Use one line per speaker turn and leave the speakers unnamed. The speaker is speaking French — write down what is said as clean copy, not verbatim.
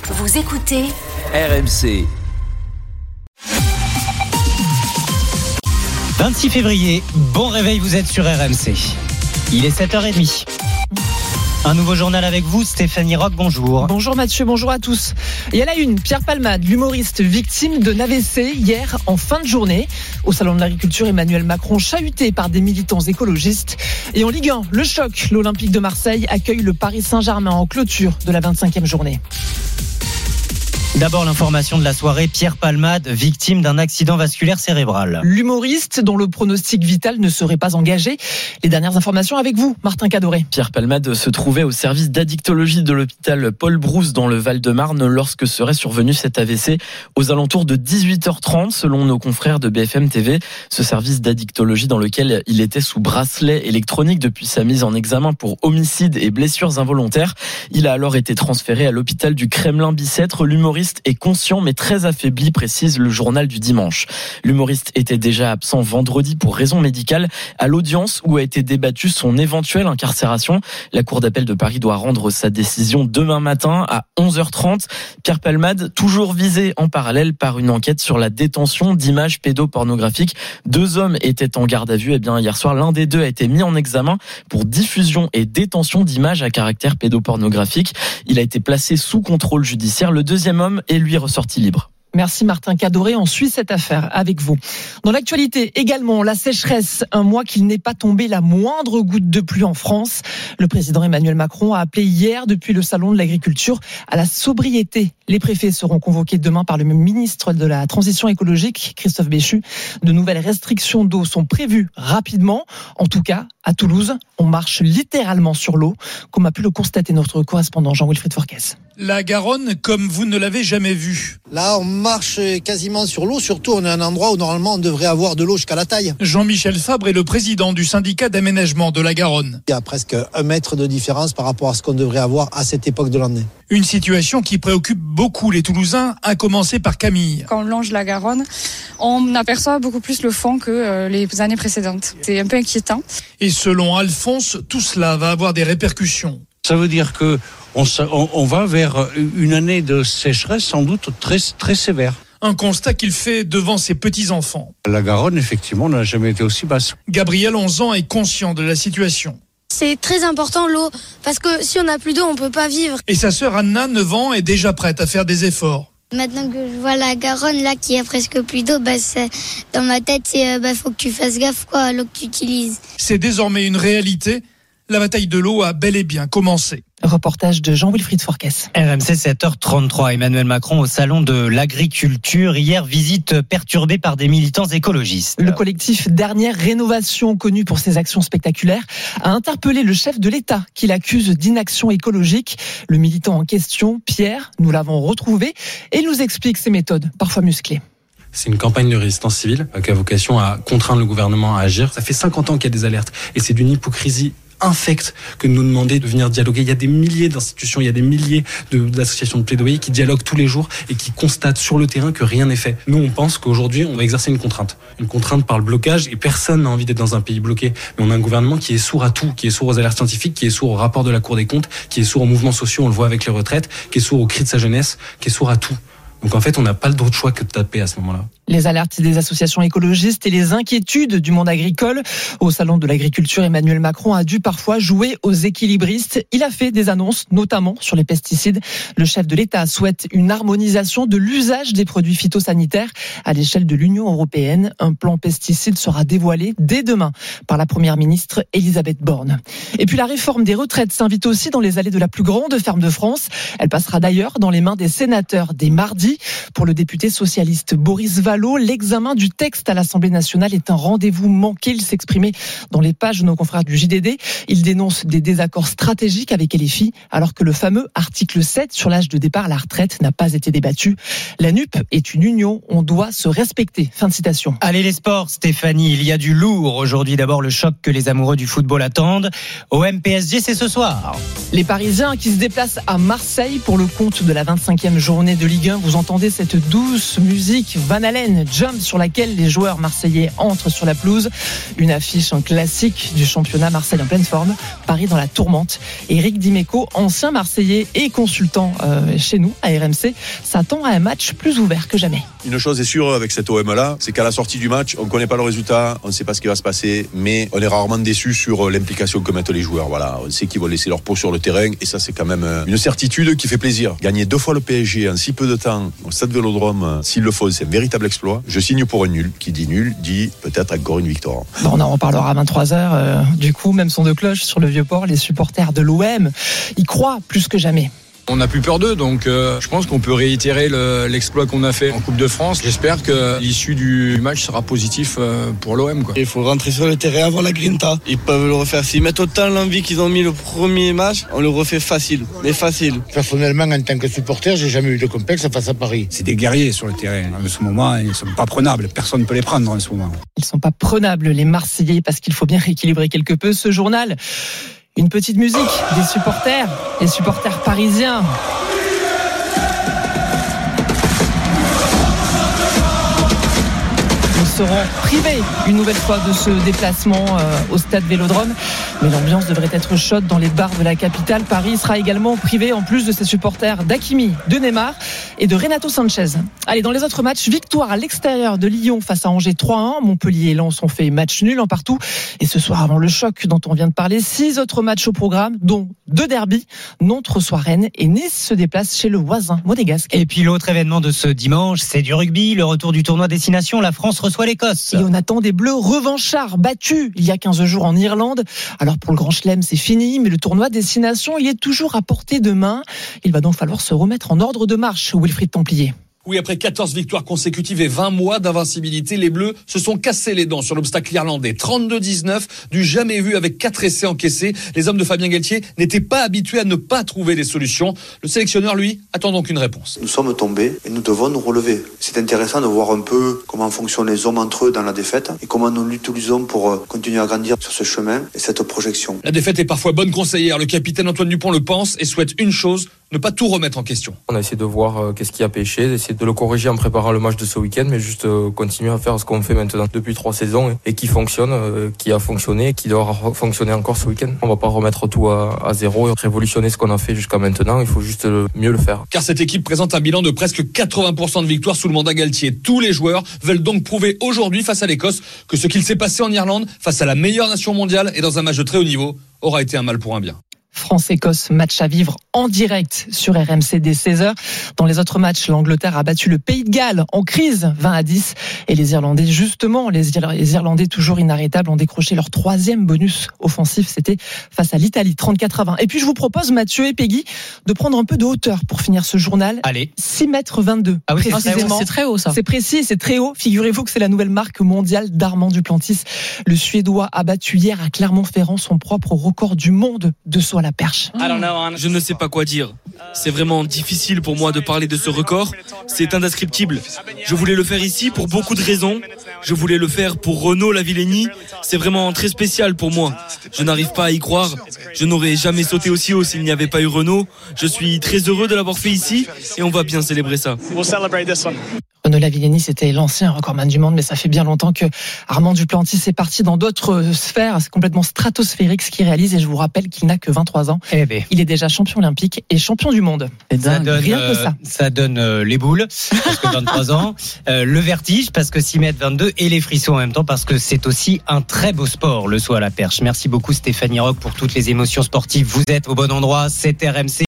Vous écoutez
RMC.
26 février, bon réveil, vous êtes sur RMC. Il est 7h30. Un nouveau journal avec vous, Stéphanie Roch, bonjour.
Bonjour Mathieu, bonjour à tous. Et à la une, Pierre Palmade, l'humoriste victime d'un AVC hier en fin de journée. Au Salon de l'Agriculture, Emmanuel Macron chahuté par des militants écologistes. Et en Ligue 1, le choc, l'Olympique de Marseille accueille le Paris Saint-Germain en clôture de la 25e journée.
D'abord l'information de la soirée, Pierre Palmade, victime d'un accident vasculaire cérébral.
L'humoriste dont le pronostic vital ne serait pas engagé. Les dernières informations avec vous, Martin Cadoré.
Pierre Palmade se trouvait au service d'addictologie de l'hôpital Paul Brousse dans le Val-de-Marne lorsque serait survenu cet AVC aux alentours de 18h30 selon nos confrères de BFM TV. Ce service d'addictologie dans lequel il était sous bracelet électronique depuis sa mise en examen pour homicide et blessures involontaires. Il a alors été transféré à l'hôpital du Kremlin-Bicêtre. L'humoriste est conscient mais très affaibli, précise le journal du dimanche. L'humoriste était déjà absent vendredi pour raison médicale à l'audience où a été débattue son éventuelle incarcération. La Cour d'appel de Paris doit rendre sa décision demain matin à 11h30. Pierre Palmade, toujours visé en parallèle par une enquête sur la détention d'images pédopornographiques. 2 hommes étaient en garde à vue. Hier soir, l'un des 2 a été mis en examen pour diffusion et détention d'images à caractère pédopornographique. Il a été placé sous contrôle judiciaire. Le deuxième homme est lui ressorti libre.
Merci Martin Cadoré, on suit cette affaire avec vous. Dans l'actualité également, la sécheresse, un mois qu'il n'est pas tombé la moindre goutte de pluie en France. Le président Emmanuel Macron a appelé hier depuis le Salon de l'Agriculture à la sobriété. Les préfets seront convoqués demain par le ministre de la Transition écologique, Christophe Béchu. De nouvelles restrictions d'eau sont prévues rapidement. En tout cas, à Toulouse, on marche littéralement sur l'eau, comme a pu le constater notre correspondant Jean-Wilfried Forquès.
La Garonne comme vous ne l'avez jamais vue.
Là, on marche quasiment sur l'eau, surtout on est à un endroit où normalement on devrait avoir de l'eau jusqu'à la taille.
Jean-Michel Fabre est le président du syndicat d'aménagement de la Garonne.
Il y a presque 1 mètre de différence par rapport à ce qu'on devrait avoir à cette époque de l'année.
Une situation qui préoccupe beaucoup les Toulousains, à commencer par Camille.
Quand on longe la Garonne, on aperçoit beaucoup plus le fond que les années précédentes. C'est un peu inquiétant.
Et selon Alphonse, tout cela va avoir des répercussions.
Ça veut dire que on va vers une année de sécheresse sans doute très, très sévère.
Un constat qu'il fait devant ses petits-enfants.
La Garonne, effectivement, n'a jamais été aussi basse.
Gabriel, 11 ans, est conscient de la situation.
C'est très important l'eau, parce que si on n'a plus d'eau, on peut pas vivre.
Et sa sœur Anna, 9 ans, est déjà prête à faire des efforts.
Maintenant que je vois la Garonne, là, qui a presque plus d'eau, dans ma tête, c'est faut que tu fasses gaffe, à l'eau que tu utilises.
C'est désormais une réalité. La bataille de l'eau a bel et bien commencé.
Reportage de Jean-Wilfried Forquès.
RMC 7h33, Emmanuel Macron au Salon de l'Agriculture. Hier, visite perturbée par des militants écologistes.
Le collectif Dernière Rénovation, connu pour ses actions spectaculaires, a interpellé le chef de l'État qui l'accuse d'inaction écologique. Le militant en question, Pierre, nous l'avons retrouvé et nous explique ses méthodes, parfois musclées.
C'est une campagne de résistance civile qui a vocation à contraindre le gouvernement à agir. Ça fait 50 ans qu'il y a des alertes et c'est d'une hypocrisie infecte que de nous demander de venir dialoguer. Il y a des milliers d'institutions, il y a des milliers d'associations de plaidoyer qui dialoguent tous les jours et qui constatent sur le terrain que rien n'est fait. Nous, on pense qu'aujourd'hui, on va exercer une contrainte par le blocage et personne n'a envie d'être dans un pays bloqué. Mais on a un gouvernement qui est sourd à tout, qui est sourd aux alertes scientifiques, qui est sourd aux rapports de la Cour des comptes, qui est sourd aux mouvements sociaux, on le voit avec les retraites, qui est sourd aux cris de sa jeunesse, qui est sourd à tout. Donc en fait, on n'a pas d'autre choix que de taper à ce moment-là.
Les alertes des associations écologistes et les inquiétudes du monde agricole. Au Salon de l'Agriculture, Emmanuel Macron a dû parfois jouer aux équilibristes. Il a fait des annonces, notamment sur les pesticides. Le chef de l'État souhaite une harmonisation de l'usage des produits phytosanitaires à l'échelle de l'Union européenne. Un plan pesticides sera dévoilé dès demain par la première ministre Elisabeth Borne. Et puis la réforme des retraites s'invite aussi dans les allées de la plus grande ferme de France. Elle passera d'ailleurs dans les mains des sénateurs dès mardi. Pour le député socialiste Boris Vallaud, l'examen du texte à l'Assemblée nationale est un rendez-vous manqué. Il s'exprimait dans les pages de nos confrères du JDD. Il dénonce des désaccords stratégiques avec LFI, alors que le fameux article 7 sur l'âge de départ à la retraite n'a pas été débattu. La NUP est une union, on doit se respecter. Fin de citation.
Allez les sports, Stéphanie, il y a du lourd aujourd'hui. D'abord le choc que les amoureux du football attendent. OM PSG, c'est ce soir.
Les Parisiens qui se déplacent à Marseille pour le compte de la 25e journée de Ligue 1. Vous entendez cette douce musique Van Halen. N Jump sur laquelle les joueurs marseillais entrent sur la pelouse. Une affiche, un classique du championnat. Marseille en pleine forme, Paris dans la tourmente. Eric Dimeco, ancien Marseillais et consultant chez nous à RMC, s'attend à un match plus ouvert que jamais.
Une chose est sûre avec cet OM-là, c'est qu'à la sortie du match, on ne connaît pas le résultat, on ne sait pas ce qui va se passer, mais on est rarement déçu sur l'implication que mettent les joueurs. Voilà, on sait qu'ils vont laisser leur peau sur le terrain et ça c'est quand même une certitude qui fait plaisir. Gagner 2 fois le PSG en si peu de temps au Stade Vélodrome, s'il le faut, c'est un véritable exploit. Je signe pour un nul. Qui dit nul dit peut-être encore une victoire.
Bon, on en reparlera à 23h. Du coup, même son de cloche sur le Vieux-Port, les supporters de l'OM y croient plus que jamais.
On n'a plus peur d'eux, donc je pense qu'on peut réitérer l'exploit qu'on a fait en Coupe de France. J'espère que l'issue du match sera positif pour l'OM.
Il faut rentrer sur le terrain avant la grinta. Ils peuvent le refaire. S'ils mettent autant l'envie qu'ils ont mis le premier match, on le refait facile. Mais facile.
Personnellement, en tant que supporter, j'ai jamais eu de complexe face à Paris.
C'est des guerriers sur le terrain. En ce moment, ils ne sont pas prenables. Personne ne peut les prendre en ce moment.
Ils ne sont pas prenables, les Marseillais, parce qu'il faut bien rééquilibrer quelque peu ce journal. Une petite musique des supporters, les supporters parisiens. Ils seront privés une nouvelle fois de ce déplacement au Stade Vélodrome. Mais l'ambiance devrait être chaude dans les bars de la capitale. Paris sera également privé, en plus de ses supporters, d'Hakimi, de Neymar et de Renato Sanchez. Allez, dans les autres matchs, victoire à l'extérieur de Lyon face à Angers 3-1. Montpellier et Lens ont fait match nul en partout. Et ce soir, avant le choc dont on vient de parler, 6 autres matchs au programme, dont 2 derbys. Nantes reçoit Rennes et Nice se déplace chez le voisin monégasque.
Et puis l'autre événement de ce dimanche, c'est du rugby, le retour du tournoi Destination. La France reçoit l'Écosse.
Et on attend des Bleus revanchards battus il y a 15 jours en Irlande. Alors pour le Grand Chelem, c'est fini, mais le tournoi Destination, il est toujours à portée de main. Il va donc falloir se remettre en ordre de marche, Wilfried Templier.
Oui, après 14 victoires consécutives et 20 mois d'invincibilité, les Bleus se sont cassés les dents sur l'obstacle irlandais. 32-19, du jamais vu avec 4 essais encaissés. Les hommes de Fabien Galtier n'étaient pas habitués à ne pas trouver des solutions. Le sélectionneur, lui, attend donc une réponse.
Nous sommes tombés et nous devons nous relever. C'est intéressant de voir un peu comment fonctionnent les hommes entre eux dans la défaite et comment nous l'utilisons pour continuer à grandir sur ce chemin et cette projection.
La défaite est parfois bonne conseillère. Le capitaine Antoine Dupont le pense et souhaite une chose, ne pas tout remettre en question.
On a essayé de voir qu'est-ce qui a pêché, d'essayer de le corriger en préparant le match de ce week-end, mais juste continuer à faire ce qu'on fait maintenant depuis 3 saisons et qui fonctionne, qui a fonctionné et qui doit fonctionner encore ce week-end. On va pas remettre tout à zéro et révolutionner ce qu'on a fait jusqu'à maintenant, il faut juste mieux le faire.
Car cette équipe présente un bilan de presque 80% de victoires sous le mandat Galtier. Tous les joueurs veulent donc prouver aujourd'hui face à l'Écosse que ce qu'il s'est passé en Irlande, face à la meilleure nation mondiale et dans un match de très haut niveau, aura été un mal pour un bien.
France-Écosse, match à vivre en direct sur RMC dès 16h. Dans les autres matchs, l'Angleterre a battu le Pays de Galles en crise 20-10. Et les Irlandais, justement, les Irlandais toujours inarrêtables, ont décroché leur 3e bonus offensif. C'était face à l'Italie, 34-20. Et puis je vous propose, Mathieu et Peggy, de prendre un peu de hauteur pour finir ce journal.
Allez.
6,22 m.
Ah oui,
précisément.
C'est très haut, ça.
C'est précis, c'est très haut. Figurez-vous que c'est la nouvelle marque mondiale d'Armand Duplantis. Le Suédois a battu hier à Clermont-Ferrand son propre record du monde de saut à la perche.
Je ne sais pas quoi dire. C'est vraiment difficile pour moi de parler de ce record. C'est indescriptible. Je voulais le faire ici pour beaucoup de raisons. Je voulais le faire pour Renaud Lavillenie. C'est vraiment très spécial pour moi. Je n'arrive pas à y croire. Je n'aurais jamais sauté aussi haut s'il n'y avait pas eu Renaud. Je suis très heureux de l'avoir fait ici et on va bien célébrer ça.
Renaud Lavillenie, c'était l'ancien recordman du monde, mais ça fait bien longtemps que Armand Duplantis est parti dans d'autres sphères. C'est complètement stratosphérique ce qu'il réalise et je vous rappelle qu'il n'a que 23 ans. Il est déjà champion olympique et champion du monde.
Ça donne,
rien que ça.
Ça donne les boules, parce que 23 ans, le vertige, parce que 6,22 m et les frissons en même temps, parce que c'est aussi un très beau sport, le saut à la perche. Merci beaucoup Stéphanie Roch pour toutes les émotions sportives. Vous êtes au bon endroit, c'est RMC.